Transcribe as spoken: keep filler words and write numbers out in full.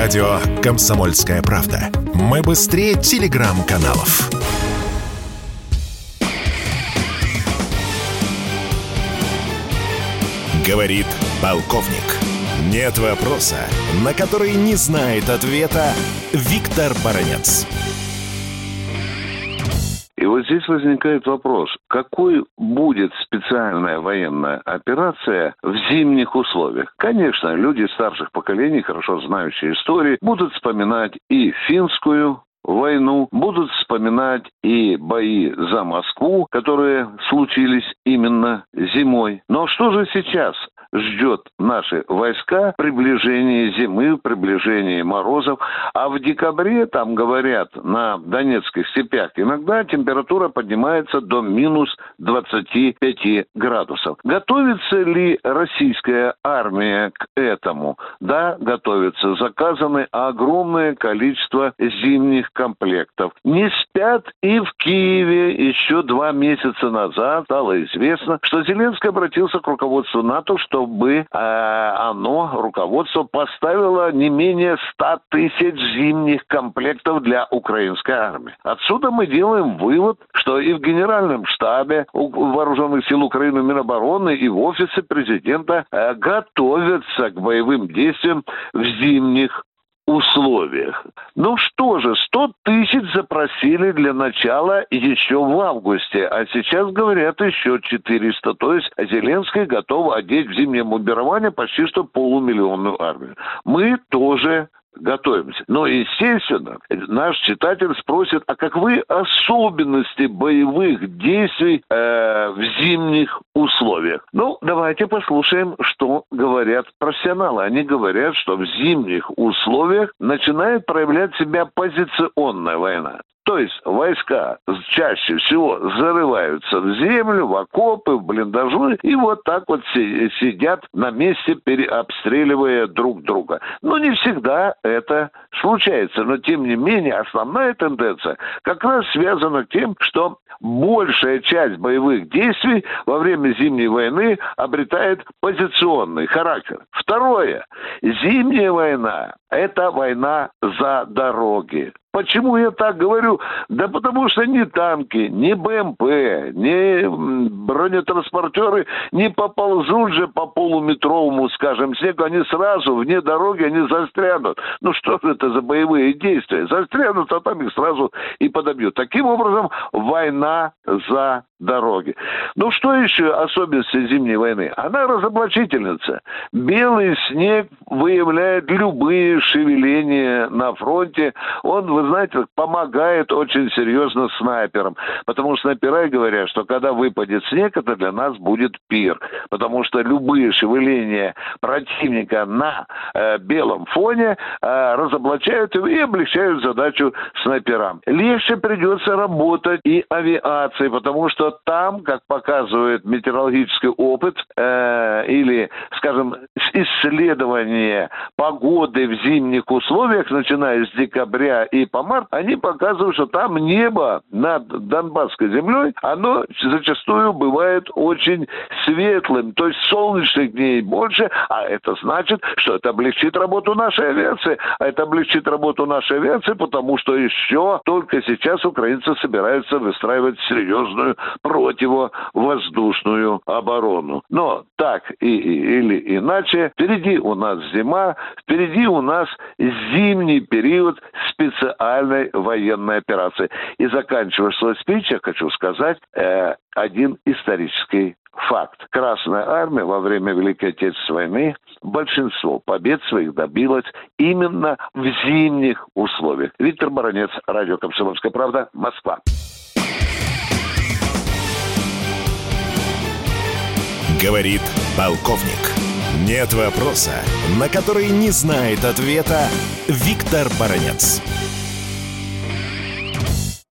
Радио «Комсомольская правда». Мы быстрее телеграм-каналов. Говорит полковник. Нет вопроса, на который не знает ответа Виктор Баранец. И вот здесь возникает вопрос, какой будет специальная военная операция в зимних условиях? Конечно, люди старших поколений, хорошо знающие истории, будут вспоминать и финскую войну, будут вспоминать и бои за Москву, которые случились именно зимой. Но что же сейчас ждет наши войска в приближении зимы, в приближении морозов? А в декабре, там говорят, на Донецких степях иногда температура поднимается до минус двадцати пяти градусов. Готовится ли российская армия к этому? Да, готовится. Заказаны огромное количество зимних комплектов. Не спят и в Киеве. Еще два месяца назад стало известно, что Зеленский обратился к руководству НАТО, чтобы э, оно, руководство, поставило не менее ста тысяч зимних комплектов для украинской армии. Отсюда мы делаем вывод, что и в Генеральном штабе Вооруженных сил Украины, Минобороны, и в офисе президента э, готовятся к боевым действиям в зимних условиях. Ну что же, сто тысяч запросили для начала еще в августе, а сейчас говорят еще четыреста. То есть Зеленский готов одеть в зимнее мундирование почти что полумиллионную армию. Мы тоже готовимся. Но, естественно, наш читатель спросит, а каковы особенности боевых действий э, в зимних условиях? Ну, давайте послушаем, что говорят профессионалы. Они говорят, что в зимних условиях начинает проявлять себя позиционная война. То есть войска чаще всего зарываются в землю, в окопы, в блиндажи, и вот так вот сидят на месте, переобстреливая друг друга. Но не всегда это случается. Но, тем не менее, основная тенденция как раз связана с тем, что большая часть боевых действий во время зимней войны обретает позиционный характер. Второе. Зимняя война – это война за дороги. Почему я так говорю? Да потому что ни танки, ни БМП, ни бронетранспортеры не поползут же по полуметровому, скажем, снегу. Они сразу вне дороги, они застрянут. Ну что же это за боевые действия? Застрянут, а там их сразу и подобьют. Таким образом, война за дороги. Ну что еще особенности зимней войны? Она разоблачительница. Белый снег выявляет любые шевеления на фронте. Он, вы знаете, помогает очень серьезно снайперам. Потому что снайперы говорят, что когда выпадет снег, это для нас будет пир. Потому что любые шевеления противника на э, белом фоне э, разоблачают его и облегчают задачу снайперам. Легче придется работать и авиации, потому что там, как показывает метеорологический опыт э, или, скажем, исследование погоды в зимних условиях, начиная с декабря и по март, они показывают, что там небо над Донбасской землей, оно зачастую бывает очень светлым, то есть солнечных дней больше, а это значит, что это облегчит работу нашей авиации. А это облегчит работу нашей авиации, потому что еще только сейчас украинцы собираются выстраивать серьезную противовоздушную оборону. Но так и, и, или иначе, впереди у нас зима, впереди у нас зимний период специальной военной операции. И заканчивая свой спич, я хочу сказать э, один исторический факт. Красная армия во время Великой Отечественной войны большинство побед своих добилась именно в зимних условиях. Виктор Баранец, радио «Комсомольская правда», Москва. Говорит полковник. Нет вопроса, на который не знает ответа Виктор Баранец.